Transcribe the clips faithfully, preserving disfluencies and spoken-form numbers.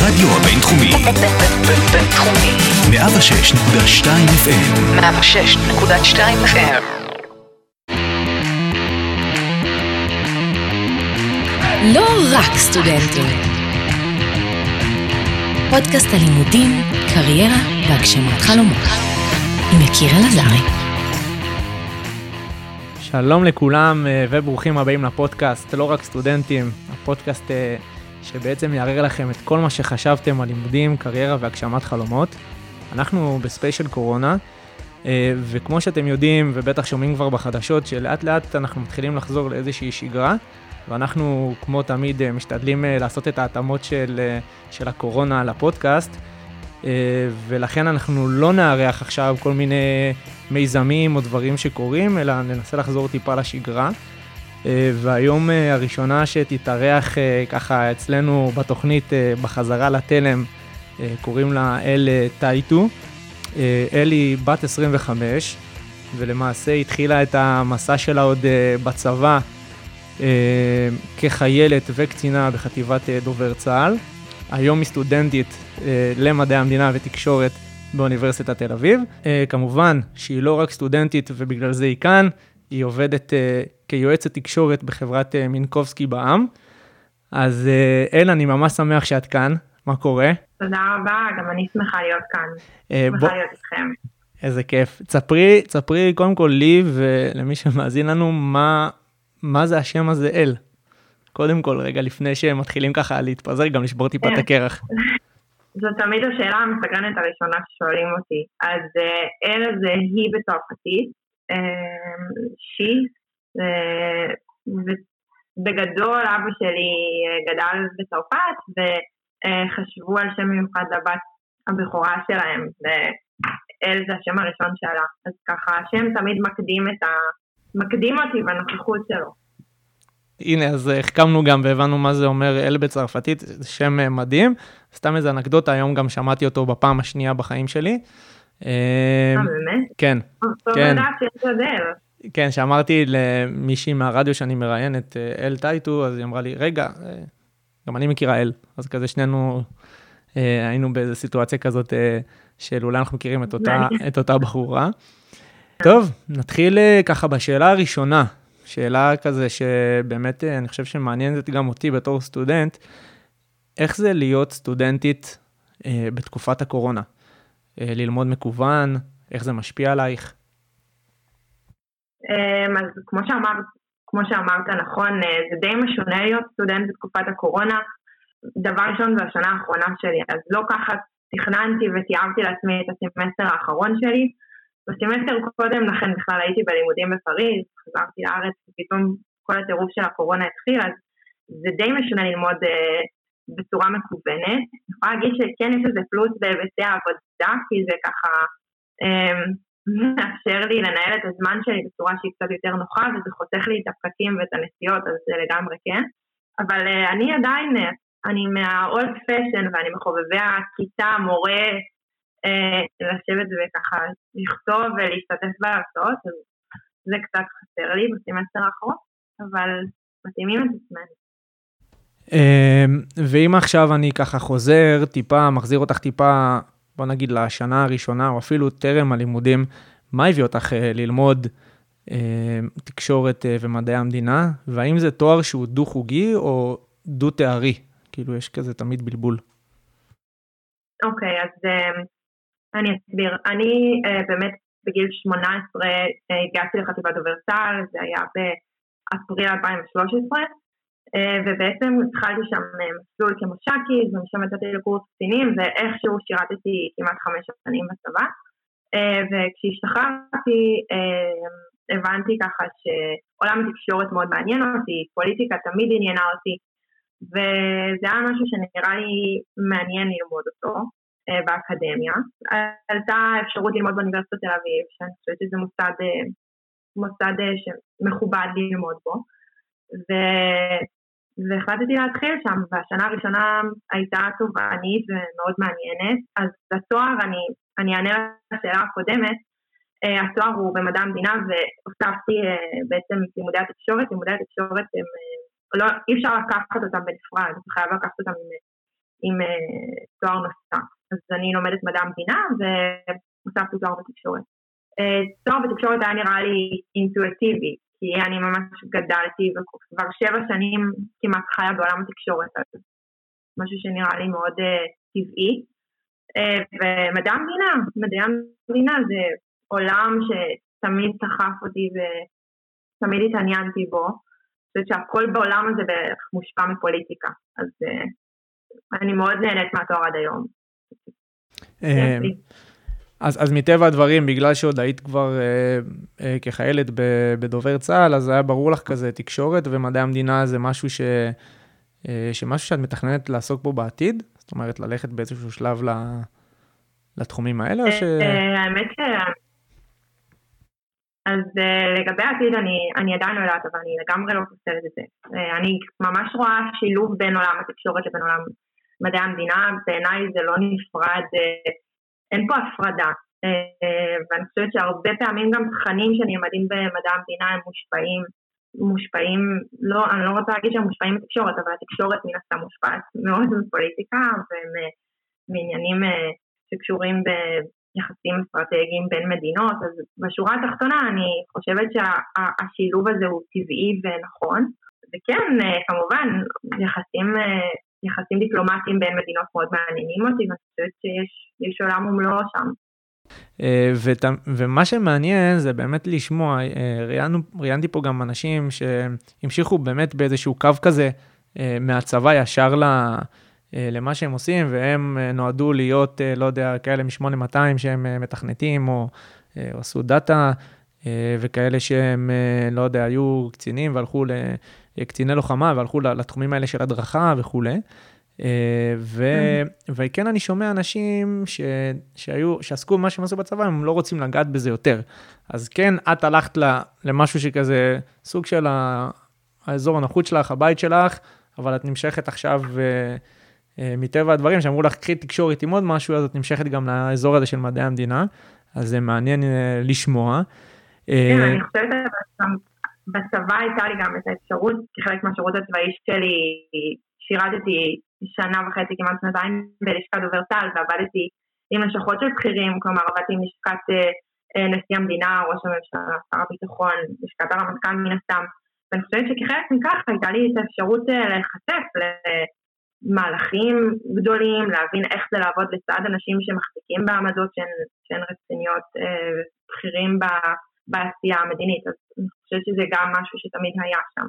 הרדיו הבינתחומי. בינתחומי. מאה ושש נקודה שתיים אף אם. מאה ושש נקודה שתיים אף אם. לא רק סטודנטים. פודקאסט הלימודים, קריירה והגשמת חלומות. עם יקיר אלעזרי. שלום לכולם וברוכים הבאים לפודקאסט לא רק סטודנטים, הפודקאסט שבעצם יערער לכם את כל מה שחשבתם על לימודים, קריירה והגשמת חלומות. אנחנו בספיישל קורונה, וכמו שאתם יודעים ובטח שומעים כבר בחדשות, שלאט לאט אנחנו מתחילים לחזור לאיזושהי שגרה, ואנחנו כמו תמיד משתדלים לעשות את ההתאמות של, של הקורונה לפודקאסט, ולכן אנחנו לא נארח עכשיו כל מיני מיזמים או דברים שקורים, אלא ננסה לחזור טיפה לשגרה. והיום הראשונה שתתארח ככה אצלנו בתוכנית בחזרה לתלם, קוראים לה אל טייטו. אל היא בת עשרים וחמש, ולמעשה התחילה את המסע שלה עוד בצבא, כחיילת וקצינה בחטיבת דובר צה"ל. היום היא סטודנטית למדעי המדינה ותקשורת באוניברסיטת תל אביב. כמובן שהיא לא רק סטודנטית ובגלל זה היא כאן, היא עובדת כיועצת תקשורת בחברת מינקובסקי בע"מ. אז אל, אני ממש שמח שאת כאן. מה קורה? תודה רבה, גם אני שמחה להיות כאן. שמחה להיות איתכם. איזה כיף. תספרי, תספרי קודם כל לי ולמי שמאזין לנו, מה, מה זה השם הזה אל? קודם כל, רגע, לפני שמתחילים ככה להתפזר, גם לשבור טיפה את הקרח. זו תמיד השאלה המסקרנת הראשונה ששואלים אותי. אז אל זה היא בצרפתית, שי, ובגדול אבא שלי גדל בצרפת, וחשבו על שם מיוחד לבת הבכורה שלהם, ואל זה השם הראשון שלה. אז ככה, השם תמיד מקדים את ה... מקדים אותי בנוכחות שלו. הנה, אז החכמנו גם והבנו מה זה אומר אל בצרפתית, זה שם מדהים. סתם איזה אנקדוטה, היום גם שמעתי אותו בפעם השנייה בחיים שלי. אה, באמת? כן. טוב לדעת שיש עוד אל. כן, שאמרתי למישהי מהרדיו שאני מראיין את אל טייטו, אז היא אמרה לי, רגע, גם אני מכירה אל. אז כזה שנינו היינו באיזו סיטואציה כזאת, של אולי אנחנו מכירים את אותה, את אותה בחורה. טוב, נתחיל ככה בשאלה הראשונה. שאלה כזה שבאמת אני חושב שמעניינת גם אותי בתור סטודנט, איך זה להיות סטודנטית אה, בתקופת הקורונה? אה, ללמוד מקוון, איך זה משפיע עלייך? אז כמו שאמרת, כמו שאמרת נכון, זה די משונה להיות סטודנט בתקופת הקורונה. דבר ראשון זה השנה האחרונה שלי, אז לא ככה תכננתי ותיארתי לעצמי את הסמסטר האחרון שלי. בסמסטר קודם לכן בכלל הייתי בלימודים בפריז, חזרתי לארץ ופתאום כל הטירוף של הקורונה התחיל, אז זה די משונה ללמוד אה, בצורה מקוונת. אני יכולה להגיד שכן יש איזה פלוס בהיבטי העבודה, כי זה ככה אה, מאפשר לי לנהל את הזמן שלי בצורה שהיא קצת יותר נוחה, וזה חותך לי את הפקקים ואת הנסיעות, אז זה לגמרי כן. אבל אה, אני עדיין, אני מה-old fashion ואני מחובבי הכיתה, מורה, לשבת וככה לכתוב ולהשתתף בהרצאות, אז זה קצת חסר לי בסמסטר האחרון, אבל מתאימים את עצמנו. ואם עכשיו אני ככה חוזר טיפה, מחזיר אותך טיפה, בוא נגיד לשנה הראשונה, או אפילו טרם הלימודים, מה הביא אותך ללמוד תקשורת ומדעי המדינה, והאם זה תואר שהוא דו-חוגי או דו-תארי? כאילו יש כזה תמיד בלבול. אוקיי, אז אני אסביר. אני uh, באמת בגיל שמונה עשרה uh, הגעתי לחטיבת דובר צה"ל, זה היה באפריל אלפיים ושלוש עשרה, uh, ובעצם התחלתי שם uh, מסלול כמש"קית, ומשם יצאתי לקורס קצינים, ואיכשהו שירתתי כמעט חמש שנים בצבא, uh, וכשהשתחררתי uh, הבנתי ככה שעולם התקשורת מאוד מעניין אותי, פוליטיקה תמיד עניינה אותי, וזה היה משהו שנראה לי מעניין ללמוד אותו. באקדמיה. עלתה אפשרות ללמוד באוניברסיטת תל אביב, שאני חושבת שזה מוסד, מוסד שמכובד ללמוד בו, ו... והחלטתי להתחיל שם, והשנה הראשונה הייתה תובענית ומאוד מעניינת, אז התואר, אני, אני אענה לשאלה הקודמת, התואר הוא במדע המדינה, והוספתי בעצם לימודי התקשורת, לימודי התקשורת הם, לא, אי אפשר לקחת אותם בנפרד, אתה חייב לקחת אותם עם עם תואר נוסף. אז אני לומדת מדע המדינה והוספתי תואר בתקשורת. תואר בתקשורת היה נראה לי אינטואיטיבי, כי אני ממש גדלתי וכבר שבע שנים כמעט חיה בעולם התקשורת, אז משהו שנראה לי מאוד טבעי. ומדע המדינה, מדעי המדינה זה עולם שתמיד סחף אותי ותמיד התעניינתי בו. אני חושבת שהכל בעולם הזה בערך מושפע מפוליטיקה, אז אני מאוד נהנית מהתואר עד היום. אז, אז מטבע הדברים, בגלל שעוד היית כבר אה, אה, כחיילת בדובר צה"ל, אז היה ברור לך כזה תקשורת, ומדעי המדינה זה משהו ש, אה, שמשהו שאת מתכננת לעסוק בו בעתיד? זאת אומרת, ללכת באיזשהו שלב לתחומים האלה, או ש... האמת ש... אז לגבי העתיד אני, אני עדיין לא יודעת, אבל אני לגמרי לא חושבת את זה. אני ממש רואה שילוב בין עולם התקשורת לבין עולם מדעי המדינה, בעיניי זה לא נפרד, אין פה הפרדה. ואני חושבת שהרבה פעמים גם תכנים שנלמדים במדעי המדינה הם מושפעים, מושפעים, לא, אני לא רוצה להגיד שהם מושפעים בתקשורת, אבל התקשורת מן הסתם מושפעת מאוד מפוליטיקה, ומעניינים שקשורים ב... יחסים אסטרטגיים בין מדינות, אז בשורה התחתונה אני חושבת שהשילוב הזה הוא טבעי ונכון, וכן, כמובן, יחסים, יחסים דיפלומטיים בין מדינות מאוד מעניינים אותי, ואני חושבת שיש עולם ומלואו שם. ומה שמעניין זה באמת לשמוע, ראיינתי פה גם אנשים שהמשיכו באמת באיזשהו קו כזה, מהצבא ישר ל... למה שהם עושים, והם נועדו להיות, לא יודע, כאלה מ-שמונה מאתיים שהם מתכנתים, או, או עשו דאטה, וכאלה שהם, לא יודע, היו קצינים, והלכו לקציני לוחמה, והלכו לתחומים האלה של הדרכה וכו'. ו, וכן אני שומע אנשים ש, שהיו, שעסקו במה שהם עשו בצבא, הם לא רוצים לגעת בזה יותר. אז כן, את הלכת למשהו שכזה, סוג של האזור הנוחות שלך, הבית שלך, אבל את נמשכת עכשיו מטבע הדברים, שאמרו לך, קחי תקשורת עם עוד משהו, אז את נמשכת גם לאזור הזה של מדעי המדינה, אז זה מעניין לשמוע. כן, אני חושבת שבצבא הייתה לי גם את האפשרות, כחלק מהשירות הצבאי שלי, שירתתי שנה וחצי, כמעט שנתיים, בלשכת דובר צה"ל, ועבדתי עם לשכות של בכירים, כלומר, עבדתי עם לשכת נשיא המדינה, ראש הממשלה, שר הביטחון, לשכת הרמטכ"ל מן הסתם, ואני חושבת שכחלק מכך הייתה לי את האפשרות להיחשף למהלכים גדולים, להבין איך זה לעבוד לצד אנשים שמחזיקים בעמדות שהן, שהן רציניות, בכירים בעשייה המדינית, אז אני חושבת שזה גם משהו שתמיד היה שם.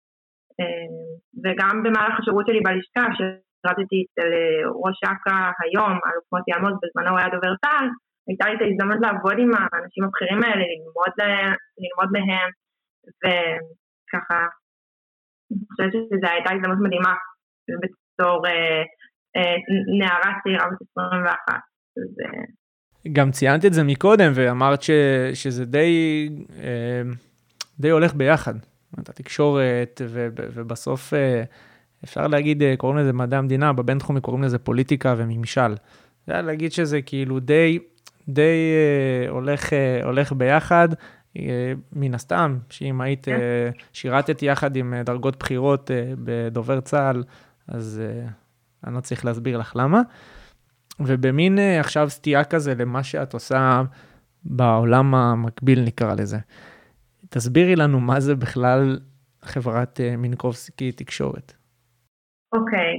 וגם במהלך השירות שלי בלשכה, שרדתי אצל ראש אכ"א היום, אלוף מוטי אלמוז, בזמנו היה דובר צה"ל, הייתה לי את ההזדמנות לעבוד עם האנשים הבכירים האלה, ללמוד, ללמוד מהם, וככה, אני חושבת שזו הייתה הזדמנות מדהימה, בתור אה, אה, נערה צעירה בת עשרים ואחת. אז... גם ציינת את זה מקודם, ואמרת ש, שזה די, אה, די הולך ביחד. התקשורת, ו, ובסוף אפשר להגיד, קוראים לזה מדעי המדינה, בבינתחומי קוראים לזה פוליטיקה וממשל. זה להגיד שזה כאילו די, די הולך, הולך ביחד, מן הסתם, שאם היית שירתת יחד עם דרגות בחירות בדובר צה"ל, אז אני לא צריך להסביר לך למה. ובמין עכשיו סטייה כזה למה שאת עושה בעולם המקביל נקרא לזה. תסבירי לנו מה זה בכלל חברת מינקובסקי תקשורת. אוקיי,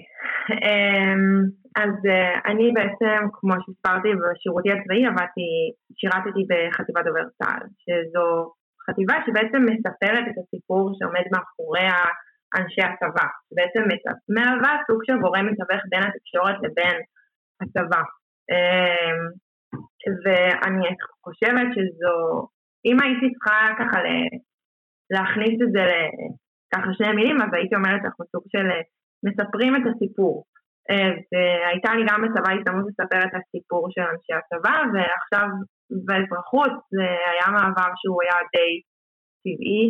אז אני בעצם, כמו שהסברתי בשירותי הצבאי, עבדתי, שירתתי בחטיבת דובר צה"ל, שזו חטיבה שבעצם מספרת את הסיפור שעומד מאחורי אנשי הצבא, שבעצם מהווה סוג של גורם מתווך בין התקשורת לבין הצבא. ואני חושבת שזו, אם הייתי צריכה ככה להכניס את זה ככה שני מילים, אז הייתי אומרת אנחנו סוג של מספרים את הסיפור. והייתה לי גם בצבא הזדמנות לספר את הסיפור של אנשי הצבא, ועכשיו באזרחות זה היה מעבר שהוא היה די טבעי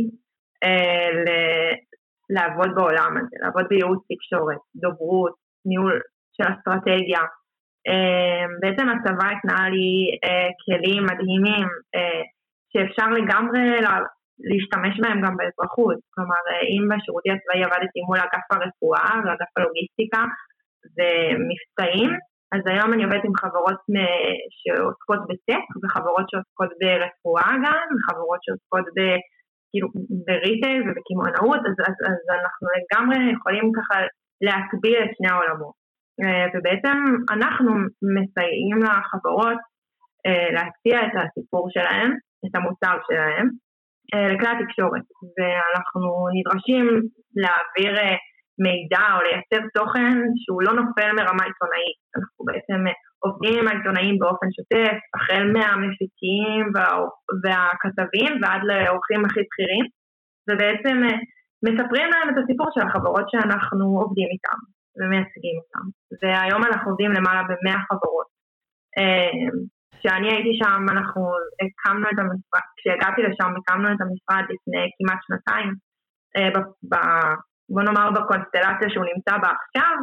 לעבוד בעולם הזה, לעבוד בייעוץ תקשורת, דוברות, ניהול של אסטרטגיה. בעצם הצבא התנאה לי כלים מדהימים שאפשר לגמרי להשתמש בהם גם באזרחות. כלומר, אם בשירותי הצבאי עבדתי מול אגף הרפואה ואגף הלוגיסטיקה, ומבצעים. אז היום אני עובדת עם חברות שעוסקות בטק, וחברות שעוסקות ברפואה גם, וחברות שעוסקות ב, כאילו, בריטל ובקמעונאות, אז, אז, אז אנחנו לגמרי יכולים ככה להקביל את שני העולמות. ובעצם אנחנו מסייעים לחברות להציע את הסיפור שלהם, את המוצר שלהם, לכלי התקשורת, ואנחנו נדרשים להעביר מידע או לייצר תוכן שהוא לא נופל מרמה עיתונאית. אנחנו בעצם עובדים עם העיתונאים באופן שוטף, החל מהמפיקים והכתבים ועד לאורחים הכי בכירים, ובעצם מספרים להם את הסיפור של החברות שאנחנו עובדים איתם ומייצגים אותם. והיום אנחנו עובדים למעלה במאה חברות. כשאני הייתי שם, אנחנו הקמנו את המשרד, כשהגעתי לשם, הקמנו את המשרד לפני כמעט שנתיים, ב, בוא נאמר בקונסטלציה שהוא נמצא בה עכשיו,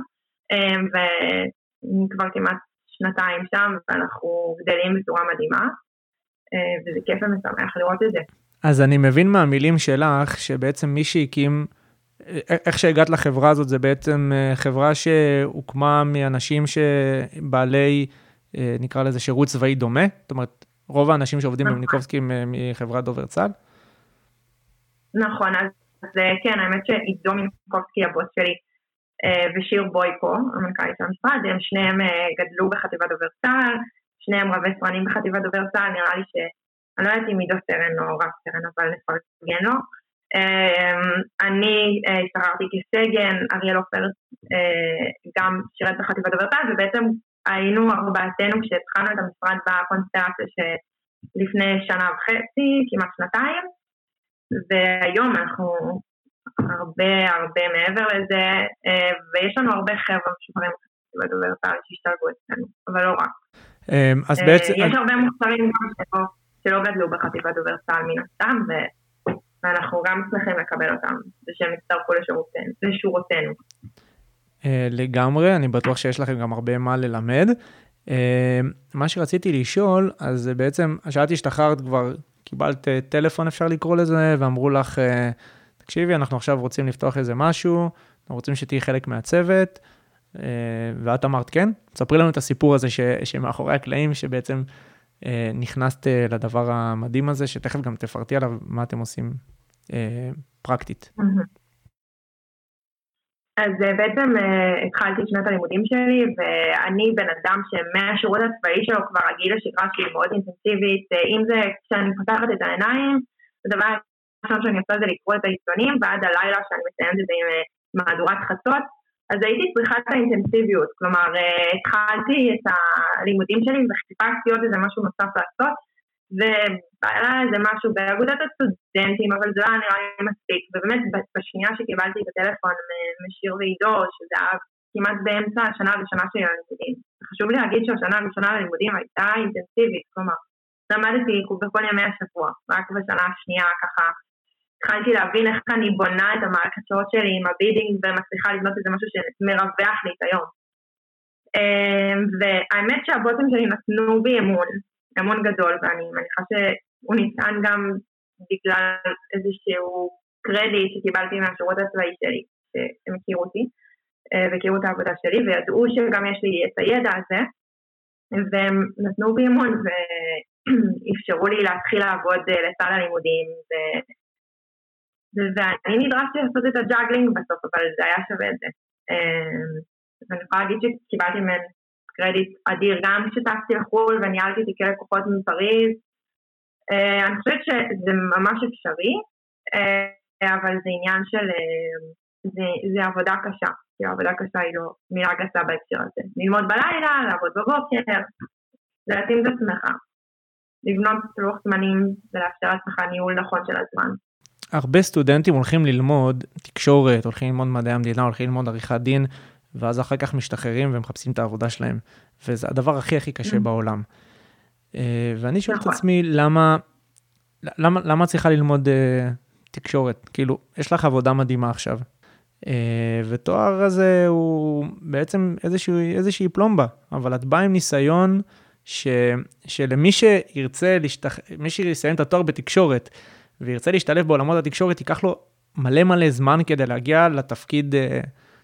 וכבר כמעט שנתיים שם, ואנחנו גדלים בצורה מדהימה, וזה כיף ומשמח לראות את זה. אז אני מבין מהמילים שלך, שבעצם מי שהקים, איך שהגעת לחברה הזאת, זה בעצם חברה שהוקמה מאנשים שבעלי, נקרא לזה שירות צבאי דומה, זאת אומרת, רוב האנשים שעובדים במניקובסקי הם מחברת דובר צה"ל? נכון, אז כן, האמת שעידו מניקובסקי, הבוס שלי, ושיר בויקו, המנכ"לית של המשרד, הם שניהם גדלו בחטיבת דובר צה"ל, שניהם רבי סרנים בחטיבת דובר צה"ל, נראה לי ש... אני לא יודעת אם עידו סרן או רב סרן, אבל נפרגן לו. אני השתחררתי כסגן, אריאל אופר גם שירת בחטיבת דובר צה"ל, ובעצם היינו ארבעתנו כשהתחלנו את המשרד בקונסטלציה שלפני שנה וחצי, כמעט שנתיים, והיום אנחנו הרבה הרבה מעבר לזה, ויש לנו הרבה חבר'ה משוחררים בחטיבת דובר צה"ל שהשתלבו אצלנו, אבל לא רק. אז בעצם... יש הרבה מוכשרים גם שלא, שלא גדלו בחטיבת דובר צה"ל מן הסתם, ואנחנו גם צריכים לקבל אותם, ושהם יצטרפו לשורותינו. לגמרי, אני בטוח שיש לכם גם הרבה מה ללמד. מה שרציתי לשאול, אז בעצם, שאת השתחררת כבר, קיבלת טלפון אפשר לקרוא לזה, ואמרו לך, תקשיבי, אנחנו עכשיו רוצים לפתוח איזה משהו, אנחנו רוצים שתהי חלק מהצוות, ואת אמרת כן, תספרי לנו את הסיפור הזה ש, שמאחורי הקלעים, שבעצם נכנסת לדבר המדהים הזה, שתכף גם תפרטי עליו מה אתם עושים פרקטית. אז בעצם התחלתי את שנת הלימודים שלי, ואני בן אדם שמהשירות הצבאי שלו כבר רגיל לשגרה שלי מאוד אינטנסיבית, אם זה כשאני פותחת את העיניים, הדבר הראשון שאני עושה זה לקרוא את העיתונים, ועד הלילה שאני מסיימת את זה עם מהדורת חצות, אז הייתי צריכה את האינטנסיביות, כלומר התחלתי את הלימודים שלי וחיפשתי עוד איזה משהו נוסף לעשות, ובעלה איזה משהו באגודת הסטודנטים, אבל זה לא נראה לי מספיק, ובאמת בשנייה שקיבלתי את הטלפון משיר ועידו, שזה היה כמעט באמצע השנה הראשונה שלי ללימודים. חשוב לי להגיד שהשנה הראשונה ללימודים הייתה אינטנסיבית, כלומר, למדתי בכל ימי השבוע, רק בשנה השנייה ככה, התחלתי להבין איך אני בונה את המערכת שעות שלי עם הבידינג, ומצליחה לבנות איזה משהו שמרווח לי את היום. והאמת שהבוטים שלי נתנו בי אמון, אמון גדול, ואני מניחה שהוא ניתן גם בגלל איזשהו קרדיט שקיבלתי מהשירות הצבאי שלי, שהם הכירו אותי, והכירו את העבודה שלי, וידעו שגם יש לי את הידע הזה, והם נתנו בי אמון, ואפשרו לי להתחיל לעבוד לצד הלימודים, ו... ואני נדרשתי לעשות את הג'אגלינג בסוף, אבל זה היה שווה את זה. ואני יכולה להגיד שקיבלתי מן קרדיט אדיר, גם כשטסתי לחול וניהלתי תיקי לקוחות מפריז. אני חושבת שזה ממש אפשרי, אבל זה עניין של, זה, זה עבודה קשה, כי העבודה קשה היא לא מילה גסה בהקשר הזה. ללמוד בלילה, לעבוד בבוקר, להתאים את עצמך, לבנות לוח זמנים ולאפשר לעצמך ניהול נכון של הזמן. הרבה סטודנטים הולכים ללמוד תקשורת, הולכים ללמוד מדעי המדינה, הולכים ללמוד עריכת דין, ואז אחר כך משתחררים ומחפשים את העבודה שלהם. וזה הדבר הכי הכי קשה בעולם. ואני שואל את עצמי, למה, למה, למה צריכה ללמוד תקשורת? כאילו, יש לך עבודה מדהימה עכשיו. ותואר הזה הוא בעצם איזושהי, איזושהי פלומבה, אבל את באה עם ניסיון ש, שלמי שירצה להשתח... מי שיסיים את התואר בתקשורת, וירצה להשתלב בעולמות התקשורת, ייקח לו מלא מלא זמן כדי להגיע לתפקיד,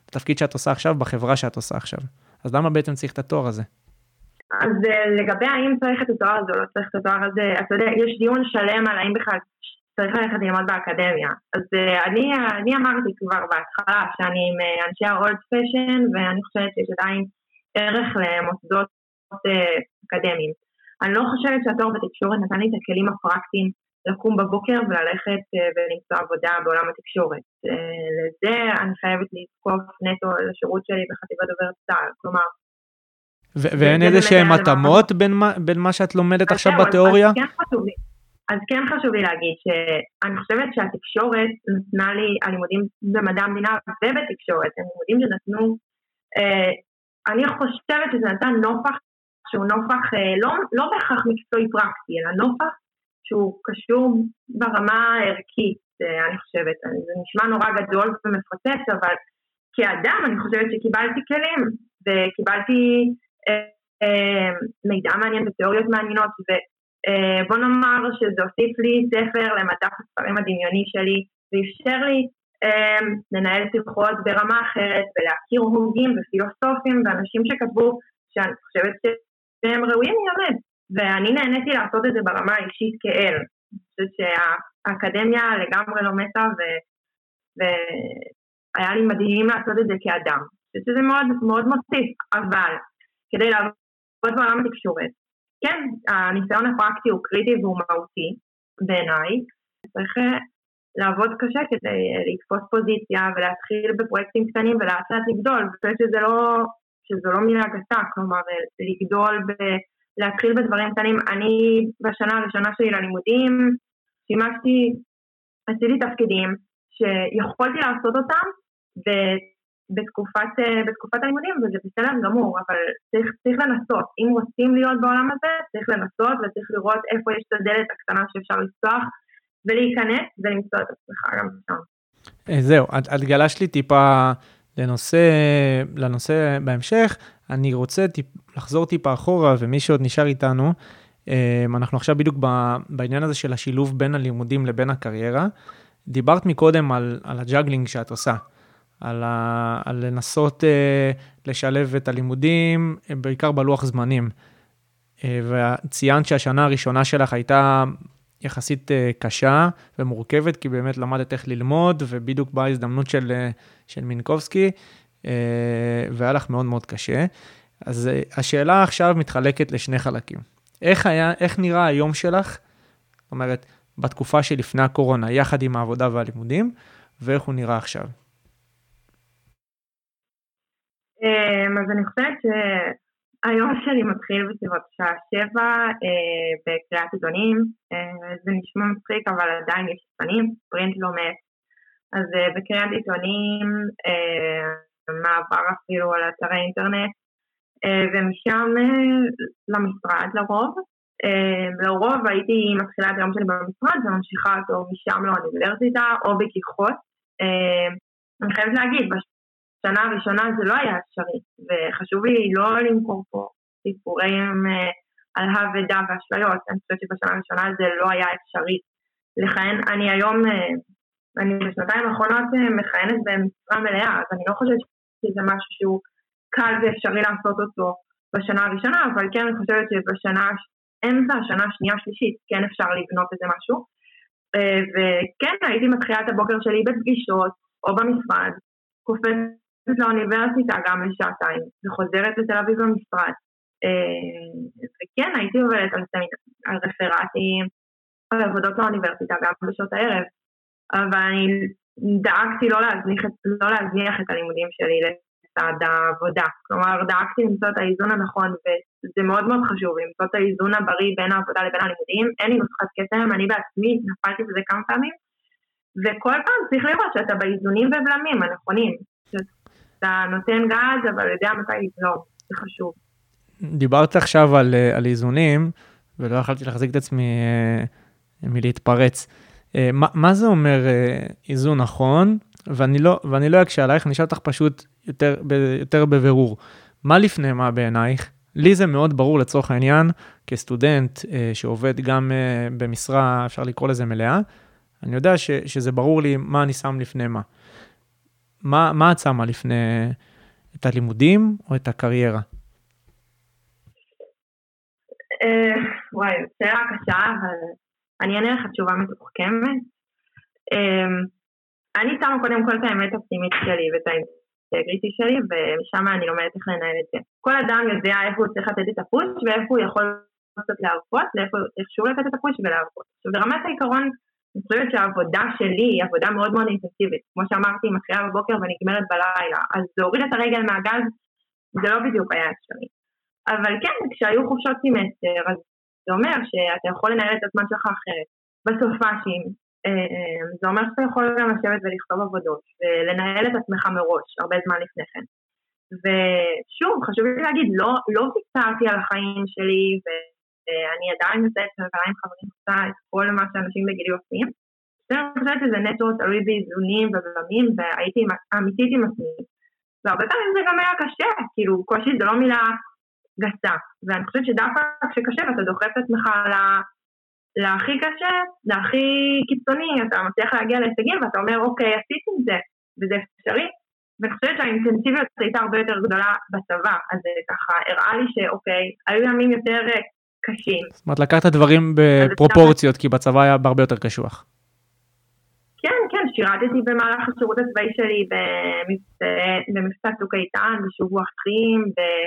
התפקיד שאת עושה עכשיו בחברה שאת עושה עכשיו. אז למה בעצם צריך את התואר הזה? אז לגבי האם צריך את התואר הזה או לא צריך את התואר הזה, אתה יודע, יש דיון שלם על האם בכלל צריך ללכת ללמוד באקדמיה. אז אני, אני אמרתי כבר בהתחלה שאני עם אנשי ה-old fashion, ואני חושבת שיש עדיין ערך למוסדות אקדמיים. אני לא חושבת שהתואר בתקשורת נתן לי את הכלים הפרקטיים לקום בבוקר וללכת ולמצוא עבודה בעולם התקשורת. לזה אני חייבת לתקוף נטו לשירות שלי בחטיבת דוברת צה"ל. כלומר, ואין איזה שהן התאמות בין מה שאת לומדת עכשיו בתיאוריה? אז כן חשוב לי להגיד שאני חושבת שהתקשורת נתנה לי הלימודים במדע המדינה ובתקשורת, הם לימודים שנתנו, אני חושבת שזה נתן נופח שהוא נופח לא, לא בהכרח מקצועי פרקטי, אלא נופח שהוא קשור ברמה הערכית, אני חושבת, זה נשמע נורא גדול ומפוצץ, אבל כאדם אני חושבת שקיבלתי כלים, וקיבלתי אה, אה, מידע מעניין ותיאוריות מעניינות, ובוא נאמר שזה הוסיף לי ספר למדף הספרים הדמיוני שלי, ואפשר לי אה, לנהל שיחות ברמה אחרת, ולהכיר הוגים ופילוסופים, ואנשים שכתבו שאני חושבת שהם ראויים ללמד, ואני נהניתי לעשות את זה ברמה האישית כאל. אני חושבת שהאקדמיה לגמרי לא מתה, ו... והיה לי מדהים לעשות את זה כאדם. אני חושבת שזה מאוד, מאוד מוסיף, אבל כדי לעבוד בעולם התקשורת, כן, הניסיון הפרקטי הוא קריטי והוא מהותי בעיניי, צריך לעבוד קשה כדי לתפוס פוזיציה ולהתחיל בפרויקטים קטנים ולאט לאט לגדול, אני חושבת שזה לא, שזה לא מילה גסה, כלומר לגדול ב... להתחיל בדברים קטנים. אני בשנה הראשונה שלי ללימודים, שימשתי, עשיתי תפקידים שיכולתי לעשות אותם בתקופת, בתקופת הלימודים, וזה בסדר גמור, אבל צריך, צריך לנסות. אם רוצים להיות בעולם הזה, צריך לנסות וצריך לראות איפה יש את הדלת הקטנה שאפשר לפתוח ולהיכנס ולמצוא את עצמך גם שם. זהו, את, את גלשת לי טיפה לנושא, לנושא בהמשך. אני רוצה טיפ, לחזור טיפה אחורה, ומי שעוד נשאר איתנו, אנחנו עכשיו בדיוק בעניין הזה של השילוב בין הלימודים לבין הקריירה. דיברת מקודם על, על הג'אגלינג שאת עושה, על, ה, על לנסות לשלב את הלימודים, בעיקר בלוח זמנים. וציינת שהשנה הראשונה שלך הייתה יחסית קשה ומורכבת, כי באמת למדת איך ללמוד, ובדיוק באה הזדמנות של, של מינקובסקי, והיה לך מאוד מאוד קשה. אז השאלה עכשיו מתחלקת לשני חלקים. איך היה, איך נראה היום שלך, זאת אומרת, בתקופה שלפני הקורונה, יחד עם העבודה והלימודים, ואיך הוא נראה עכשיו? אז אני חושבת שהיום שלי מתחיל בסביבות שעה שבע, בקריאת עיתונים, זה נשמע מצחיק, אבל עדיין יש עיתונים, פרינט לא מת. אז בקריאת עיתונים, מעבר אפילו על אתרי אינטרנט, ומשם למשרד לרוב. לרוב הייתי מתחילה את היום שלי במשרד וממשיכה אותו משם לאוניברסיטה או בגיחות. אני חייבת להגיד, בשנה הראשונה זה לא היה אפשרי, וחשוב לי לא למכור פה סיפורים על הוודא והשליות. אני חושבת שבשנה הראשונה זה לא היה אפשרי. לכן אני היום, אני בשנתיים האחרונות מכהנת במשרה מלאה, אז אני לא חושבת שזה משהו שהוא קל ואפשרי לעשות אותו בשנה הראשונה, אבל כן אני חושבת שבשנה, אמצע השנה השנייה שלישית, כן אפשר לבנות איזה משהו, וכן הייתי מתחילה את הבוקר שלי בפגישות או במשרד, קופצת לאוניברסיטה גם לשעתיים, וחוזרת לתל אביב במשרד, וכן הייתי עובדת על, על רפרטים, על עבודות לאוניברסיטה גם בשעות הערב, אבל אני דאגתי לא להזניח, לא להזניח את הלימודים שלי לצד העבודה. כלומר, דאגתי למצוא את האיזון הנכון, וזה מאוד מאוד חשוב, למצוא את האיזון הבריא בין העבודה לבין הלימודים. אין לי נוסחת קסם, אני בעצמי נפלתי בזה כמה פעמים, וכל פעם צריך לראות שאתה באיזונים ובלמים הנכונים. שאתה נותן גז, אבל יודע מתי לא, זה חשוב. דיברת עכשיו על, על איזונים, ולא יכולתי להחזיק את עצמי מלהתפרץ. מה, מה זה אומר איזון נכון? ואני לא, ואני לא אקשה עלייך, אני אשאל אותך פשוט יותר, יותר בבירור. מה לפני מה בעינייך? לי זה מאוד ברור לצורך העניין, כסטודנט שעובד גם במשרה, אפשר לקרוא לזה מלאה, אני יודע ש, שזה ברור לי מה אני שם לפני מה. מה, מה את שמה לפני את הלימודים או את הקריירה? וואי, שאלה קשה, אבל אני אענה לך תשובה מתוחכמת. אני שמה קודם כל את האמת הפנימית שלי ואת האינטגריטי שלי, ומשם אני לומדת איך לנהל את זה. כל אדם יודע איפה הוא צריך לתת את הפוש, ואיפה הוא יכול לעשות להרפות, ואיך שהוא לתת את הפוש ולהרפות. ברמת העיקרון, אני חושבת שהעבודה שלי היא עבודה מאוד מאוד אינטנסיבית. כמו שאמרתי, מתחילה בבוקר ונגמרת בלילה. אז להוריד את הרגל מהגז, זה לא בדיוק היה אפשרי. אבל כן, כשהיו חופשות סמסטר, אז זה אומר שאתה יכול לנהל את הזמן שלך אחרת. בסופ"שים, זה אומר שאתה יכול גם לשבת ולכתוב עבודות, ולנהל את עצמך מראש, הרבה זמן לפני כן. ושוב, חשוב לי להגיד, לא, לא ויתרתי על החיים שלי, ואני עדיין מסיימת מבלה עם חברים עושה את כל מה שאנשים בגילי עושים. אני חושבת שזה נטו תלוי באיזונים ובלמים, והייתי אמיתית עם עצמי. והרבה פעמים זה גם היה קשה, כאילו קושי זה לא מילה גסה, ואני חושבת שדווקא כשקשה ואתה דוחף את עצמך להכי קשה, להכי קיצוני, אתה מצליח להגיע להישגים ואתה אומר אוקיי, עשיתי את זה, וזה אפשרי, ואני חושבת שהאינטנסיביות הייתה הרבה יותר גדולה בצבא, אז זה ככה הראה לי שאוקיי, היו ימים יותר קשים. זאת אומרת, לקחת דברים בפרופורציות, כי בצבא היה הרבה יותר קשוח. כן, כן, שירתתי במהלך השירות הצבאי שלי במבצע צוק איתן, בשובוע אחים,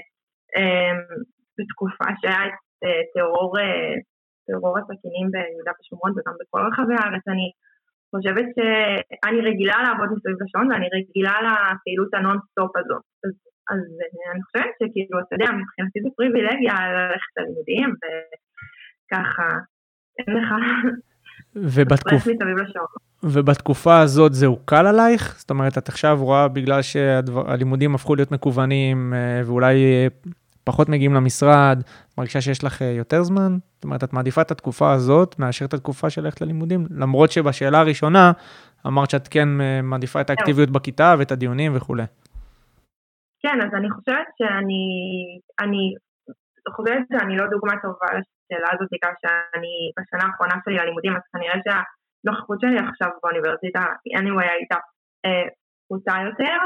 בתקופה שהיה את טרור, טרור הסכינים ביהודה ושומרון וגם בכל רחבי הארץ. אני חושבת שאני רגילה לעבוד מסביב לשעון, ואני רגילה לפעילות הנון-סטופ הזאת. אז, אז אני חושבת שכאילו, אתה יודע, מבחינתי זה פריבילגיה ללכת ללימודים, וככה, אין לך... ובתקופ... ובתקופה הזאת זהו קל עלייך? זאת אומרת, את עכשיו רואה בגלל שהלימודים הפכו להיות מקוונים, ואולי פחות מגיעים למשרד, מרגישה שיש לך יותר זמן? זאת אומרת, את מעדיפה את התקופה הזאת, מאשר את התקופה של ללכת ללימודים? למרות שבשאלה הראשונה, אמרת שאת כן מעדיפה את האקטיביות בכיתה, ואת הדיונים וכו'. כן, אז אני חושבת שאני, אני חושבת שאני לא דוגמה טובה לשאלה הזאת, בגלל שאני בשנה האחרונה שלי ללימודים, אז כנראה שהנוכחות שלי עכשיו באוניברסיטה, anyway, הייתה פחותה יותר,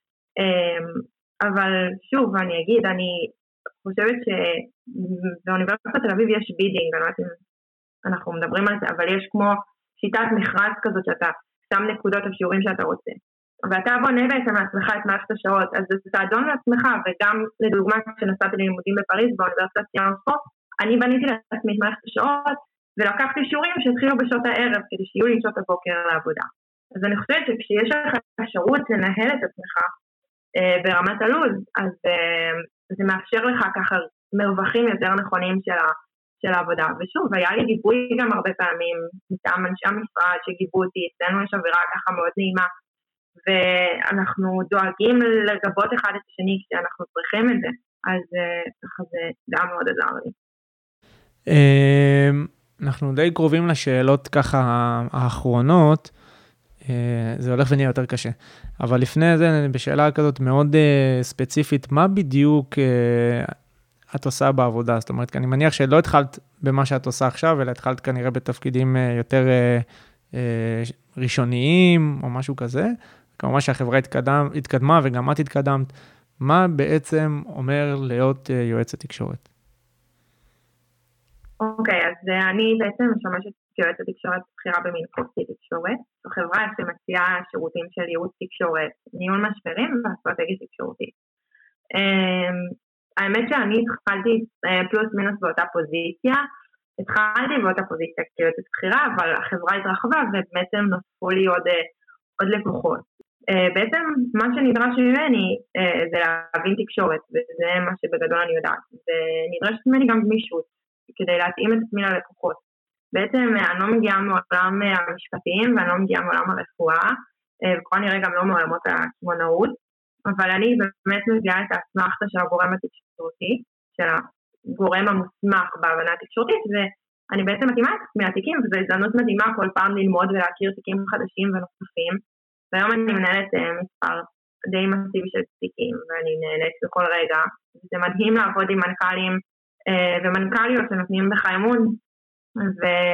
אבל שוב, אני אגיד, אני חושבת שבאוניברסיטת תל אביב יש בידינג, אני לא יודעת אם אנחנו מדברים על זה, אבל יש כמו שיטת מכרז כזאת שאתה שם נקודות על שיעורים שאתה רוצה. ואתה בונה בעצם לעצמך את מערכת השעות, אז זה תעדון לעצמך, וגם לדוגמה כשנסעתי ללימודים בפריז, באוניברסיטת סיאנספו, אני בניתי לעצמי את מערכת השעות, ולקחתי שיעורים שהתחילו בשעות הערב, כדי שיהיו לי שעות הבוקר לעבודה. אז אני חושבת שכשיש לך אפשרות לנהל את עצמך אה, ברמת הלוז, אז אה, זה מאפשר לך ככה מרווחים יותר נכונים של, ה, של העבודה. ושוב, היה לי גיבוי גם הרבה פעמים, מטעם אנשי המשרד שגיבו אותי, אצלנו יש אווירה ככה מאוד נעימה, ואנחנו דואגים לגבות אחד את השני כשאנחנו צריכים את זה, אז ככה זה גם מאוד עזר לי. אנחנו די קרובים לשאלות ככה האחרונות, זה הולך ונהיה יותר קשה, אבל לפני זה בשאלה כזאת מאוד ספציפית, מה בדיוק את עושה בעבודה? זאת אומרת, אני מניח שלא התחלת במה שאת עושה עכשיו, אלא התחלת כנראה בתפקידים יותר ראשוניים או משהו כזה, כמובן שהחברה התקדם, התקדמה וגם את התקדמת. מה בעצם אומר להיות יועצת תקשורת? אוקיי, okay, אז אני בעצם משמשת כיועצת תקשורת בחירה במינקופטי תקשורת. זו חברה שמציעה שירותים של ייעוץ תקשורת, ניהול משברים ואסטרטגיה תקשורתית. האמת שאני התחלתי פלוס מינוס באותה פוזיציה, התחלתי באותה פוזיציה כיועצת בחירה, אבל החברה התרחבה ובעצם נוספו לי עוד, עוד לקוחות. בעצם מה שנדרש ממני זה להבין תקשורת, וזה מה שבגדול אני יודעת, ונדרשת ממני גם גמישות, כדי להתאים את עצמי ללקוחות. בעצם אני לא מגיעה מעולם המשפטיים, ואני לא מגיעה מעולם הרפואה, וכבר נראה גם לא מעולמות הקמעונאות, אבל אני באמת מביאה את האסמכתה של הגורם התקשורתי, של הגורם המוסמך בהבנה התקשורתית, ואני בעצם מתאימה את עצמי לתיקים, וזו הזדמנות מדהימה כל פעם ללמוד ולהכיר תיקים חדשים ונוספים, והיום אני מנהלת מספר די מסיבי של תיקים, ואני נהנית בכל רגע, זה מדהים לעבוד עם מנכ"לים ומנכ"ליות שנותנים בך אמון,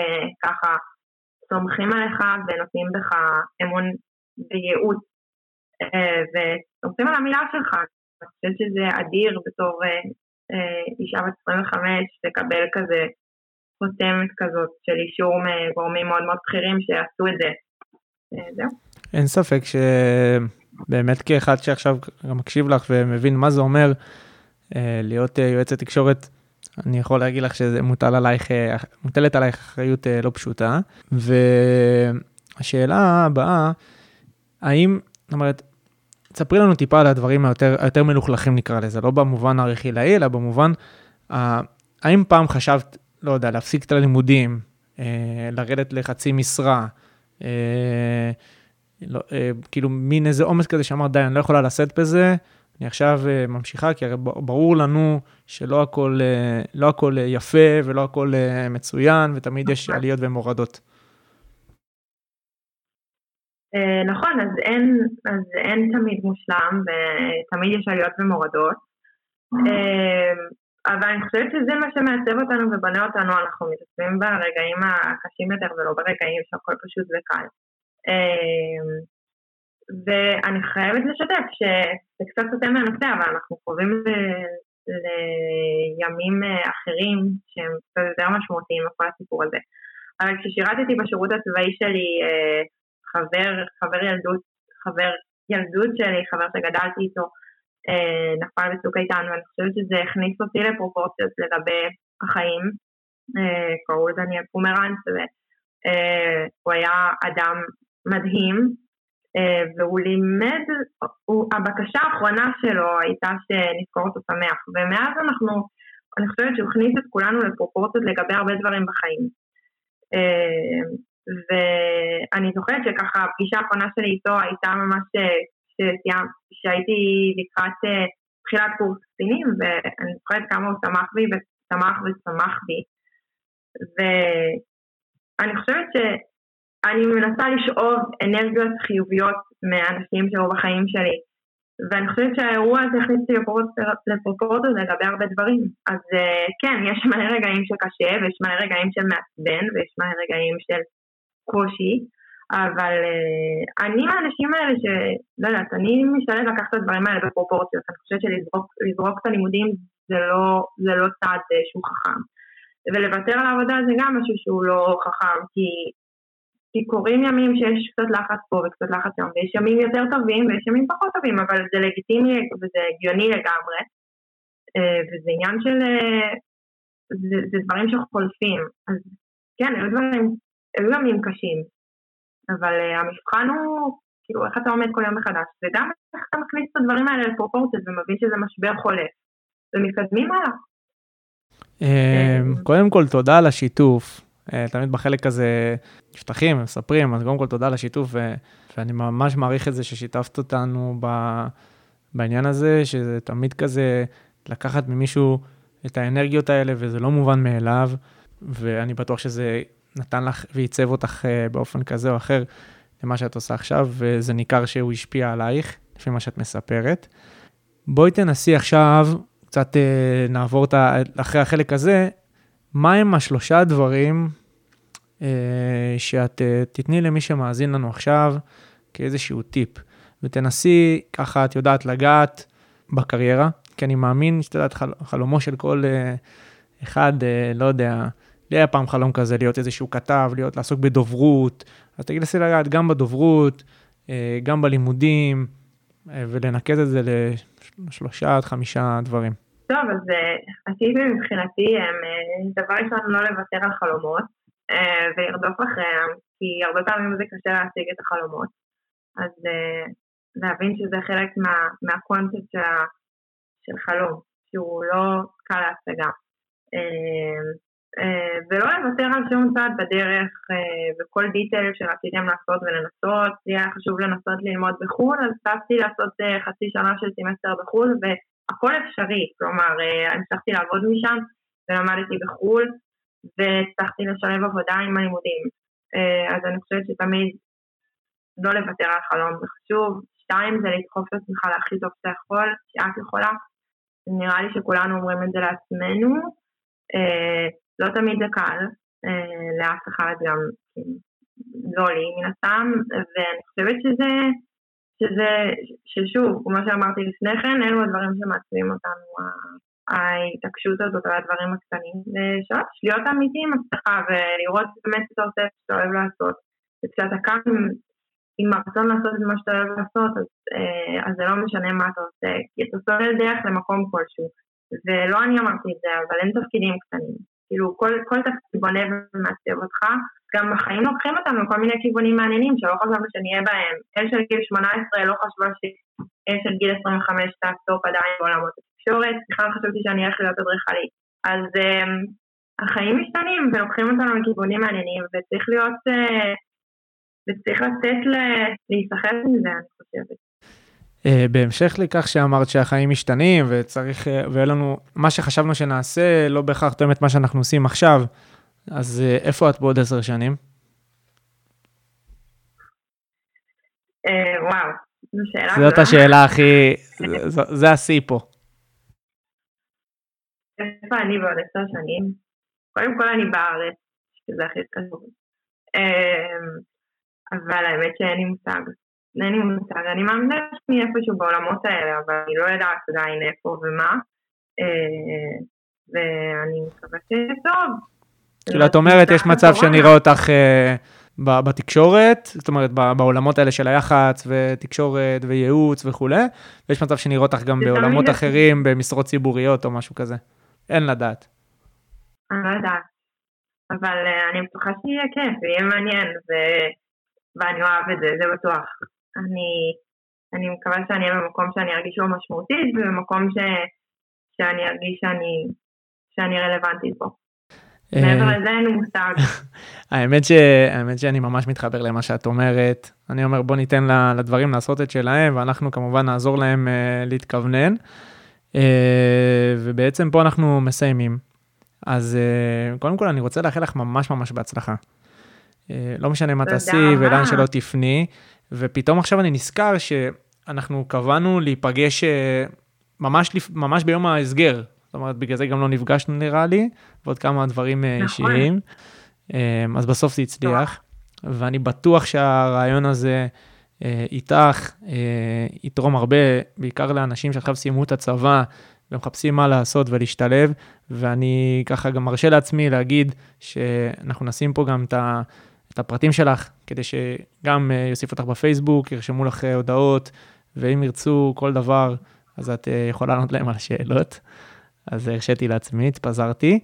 וככה סומכים עליך ונותנים בך אמון בייעוץ וסומכים על המילה שלך. אני חושבת שזה אדיר בתור אישה בת עשרים וחמש, לקבל כזה חותמת כזאת של אישור מגורמים מאוד מאוד בכירים שעשו את זה. זהו. אין ספק שבאמת כאחד שעכשיו גם מקשיב לך ומבין מה זה אומר להיות יועצת תקשורת, אני יכול להגיד לך שזה מוטל עלייך, מוטלת עלייך אחריות לא פשוטה. והשאלה הבאה, האם, זאת אומרת, תספרי לנו טיפה על הדברים היותר, היותר מלוכלכים נקרא לזה, לא במובן הערכי-לאי, אלא במובן, האם פעם חשבת, לא יודע, להפסיק את הלימודים, לרדת לחצי משרה, לא, כאילו מין איזה עומס כזה שאמר, די, אני לא יכולה לשאת בזה, אני עכשיו ממשיכה, כי ברור לנו שלא הכל, לא הכל יפה ולא הכל מצוין, ותמיד יש עליות ומורדות. נכון, אז אין, אז אין תמיד מושלם, ותמיד יש עליות ומורדות, אבל אני חושבת שזה מה שמעצב אותנו ובנה אותנו, אנחנו מתעצבים ברגעים הקשים יותר ולא ברגעים שהכל פשוט וקל. ואני חייבת לשתף שזה קצת סוטה מהנושא, אבל אנחנו חווים לימים אחרים שהם קצת יותר משמעותיים לכל הסיפור הזה. אבל כששירתתי בשירות הצבאי שלי, חבר, חבר ילדות, חבר ילדות שלי, חבר שגדלתי איתו, נפל בצוק איתן, ואני חושבת שזה הכניס אותי לפרופורציות לגבי החיים, קראו דניאל פומרנץ, והוא היה אדם מדהים, והוא לימד, הבקשה האחרונה שלו הייתה שנזכור אותו שמח, ומאז אנחנו, אני חושבת שהוא הכניס את כולנו לפרופורציות לגבי הרבה דברים בחיים. ואני זוכרת שככה הפגישה האחרונה שלי איתו הייתה ממש שהייתי לקראת תחילת קורס קצינים, ואני זוכרת כמה הוא שמח בי ושמח ושמח בי, ואני חושבת שאני מנסה לשאוב אנרגיות חיוביות מהאנשים שהיו בחיים שלי, ואני חושבת שהאירוע הזה הכניס לפרופורציות לגבי הרבה דברים. אז כן, יש מלא רגעים שקשה, ויש מלא רגעים של מעצבן, ויש מלא רגעים של קושי, אבל אני מהאנשים האלה שלא יודעת, אני משתלט לקחת את הדברים האלה בפרופורציות. אני חושבת שלזרוק את הלימודים זה לא, זה לא צעד שהוא חכם, ולוותר על העבודה זה גם משהו שהוא לא חכם, כי כי קוראים ימים שיש קצת לחץ פה וקצת לחץ שם, ויש ימים יותר טובים ויש ימים פחות טובים, אבל זה לגיטימי וזה הגיוני לגמרי, וזה עניין של, זה, זה דברים שחולפים. אז כן, אלו דברים, אלו ימים קשים, אבל המבחן הוא, כאילו, איך אתה עומד כל יום מחדש, וגם איך אתה מכניס את הדברים האלה לפרופורציות, ומבין שזה משבר חולף, ומתקדמים הלאה. קודם כל, תודה על השיתוף. תמיד בחלק הזה נפתחים, מספרים, אז קודם כל תודה על השיתוף, ואני ממש מעריך את זה ששיתפת אותנו בעניין הזה, שזה תמיד כזה לקחת ממישהו את האנרגיות האלה, וזה לא מובן מאליו, ואני בטוח שזה נתן לך וייצב אותך באופן כזה או אחר למה שאת עושה עכשיו, וזה ניכר שהוא השפיע עלייך, לפי מה שאת מספרת. בואי תנסי עכשיו, קצת נעבור אחרי החלק הזה, מה הם השלושה דברים אה, שאת אה, תתני למי שמאזין לנו עכשיו כאיזשהו טיפ, ותנסי ככה, את יודעת, לגעת בקריירה, כי אני מאמין שאת יודעת, חל, חלומו של כל אה, אחד, אה, לא יודע, לי היה פעם חלום כזה, להיות איזשהו כתב, להיות, לעסוק בדוברות, אז תנסי לגעת גם בדוברות, אה, גם בלימודים, אה, ולנקז את זה לשלושה עד חמישה דברים. טוב, אז הטיפים מבחינתי הם דבר ראשון לא לוותר על חלומות ולרדוף אחריהם, כי הרבה פעמים זה קשה להשיג את החלומות, אז להבין שזה חלק מה, מהקונספט של, של חלום, שהוא לא קל להשגה, ולא לוותר על שום צעד בדרך, וכל דיטייל שרציתם לעשות ולנסות, היה חשוב לנסות ללמוד בחול, אז צפתי לעשות חצי שנה של סמסטר בחול, ו הכל אפשרי, כלומר, אני הצלחתי לעבוד משם, ולמדתי בחול, והצלחתי לשלב עבודה עם הלימודים. אז אני חושבת שתמיד לא לוותר על חלום, זה חשוב. שתיים, זה לדחוף לעצמך להכי טוב שאתה יכול, שאת יכולה. נראה לי שכולנו אומרים את זה לעצמנו. לא תמיד זה קל, לאף אחד גם לא לי מן הסתם, ואני חושבת שזה שזה, ששוב, כמו שאמרתי לפני כן, אלו הדברים שמעצבים אותנו, ההתעקשות הזאת על הדברים הקטנים, ושלוש, להיות אמיתי עם עצמך, ולראות באמת את העושה שאתה אוהב לעשות, וכשאתה קם עם הרצון לעשות את מה שאתה אוהב לעשות, אז, אז זה לא משנה מה אתה עושה, כי אתה סולל דרך למקום כלשהו, ולא אני אמרתי את זה, אבל אין תפקידים קטנים, כאילו כל, כל תפקיד בונה ומעצב אותך, גם החיים לוקחים אותנו לכל מיני כיוונים מעניינים, שלא חשבנו שנהיה בהם, אל של גיל שמונה עשרה לא חשבה שאל של גיל עשרים וחמש תעסוק עדיין בעולמות התקשורת, בכלל חשבתי שאני הולכת להיות אדריכלית, אז um, החיים משתנים ולוקחים אותנו לכיוונים מעניינים, וצריך להיות, uh, וצריך לתת ל- להיסחף מזה, אני חושבת. בהמשך לכך שאמרת שהחיים משתנים וצריך, ויהיה לנו, מה שחשבנו שנעשה לא בהכרח תואם את מה שאנחנו עושים עכשיו, אז איפה את בעוד עשר שנים? וואו, זו שאלה. זאת השאלה הכי, זה השיא פה. איפה אני בעוד עשר שנים? קודם כל אני בארץ, שזה הכי חשוב. אבל האמת שאין לי מושג. אין לי מושג. אני מאמינה שאני איפשהו בעולמות האלה, אבל אני לא יודעת עדיין איפה ומה. ואני מקווה שזה טוב. כאילו, את אומרת, יש מצב שנראה אותך בתקשורת, זאת אומרת, בעולמות האלה של היח"צ ותקשורת וייעוץ וכו', ויש מצב שנראה אותך גם בעולמות אחרים, במשרות ציבוריות או משהו כזה. אין לדעת. אני לא יודעת. אבל אני בטוחה שיהיה כיף, ויהיה מעניין, ואני אוהב את זה, זה בטוח. אני מקווה שאני אהיה במקום שאני ארגיש לו משמעותית, ובמקום שאני ארגיש שאני רלוונטית פה. מעבר לזה אין מושג. האמת שאני ממש מתחבר למה שאת אומרת. אני אומר, בוא ניתן לדברים לעשות את שלהם, ואנחנו כמובן נעזור להם להתכוונן. ובעצם פה אנחנו מסיימים. אז קודם כל אני רוצה לאחל לך ממש ממש בהצלחה. לא משנה מה תעשי ולאן שלא תפני. ופתאום עכשיו אני נזכר שאנחנו קבענו להיפגש ממש, ממש ביום ההסגר. זאת אומרת, בגלל זה גם לא נפגשנו נראה לי, ועוד כמה דברים אישיים. אז בסוף זה הצליח, ואני בטוח שהרעיון הזה איתך יתרום הרבה, בעיקר לאנשים שעכשיו סיימו את הצבא, ומחפשים מה לעשות ולהשתלב, ואני ככה גם מרשה לעצמי להגיד שאנחנו נשים פה גם את הפרטים שלך, כדי שגם יוסיף אותך בפייסבוק, ירשמו לך הודעות, ואם ירצו כל דבר, אז את יכולה לענות להם על השאלות. אז הרשיתי לעצמי, התפזרתי.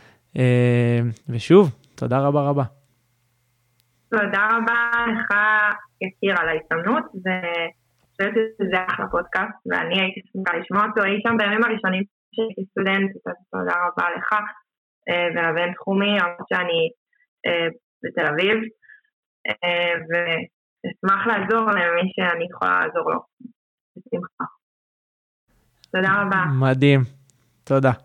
ושוב, תודה רבה רבה. תודה רבה לך, יקיר, על ההזדמנות, וחושבת שזה אחלה פודקאסט, ואני הייתי שמחה לשמוע אותו, אי שם בימים הראשונים שהייתי סטודנטית, אז תודה רבה לך, ולבן תחומי, למרות שאני בתל אביב, ואשמח לעזור למי שאני יכולה לעזור לו. בשמחה. תודה רבה. מדהים. תודה.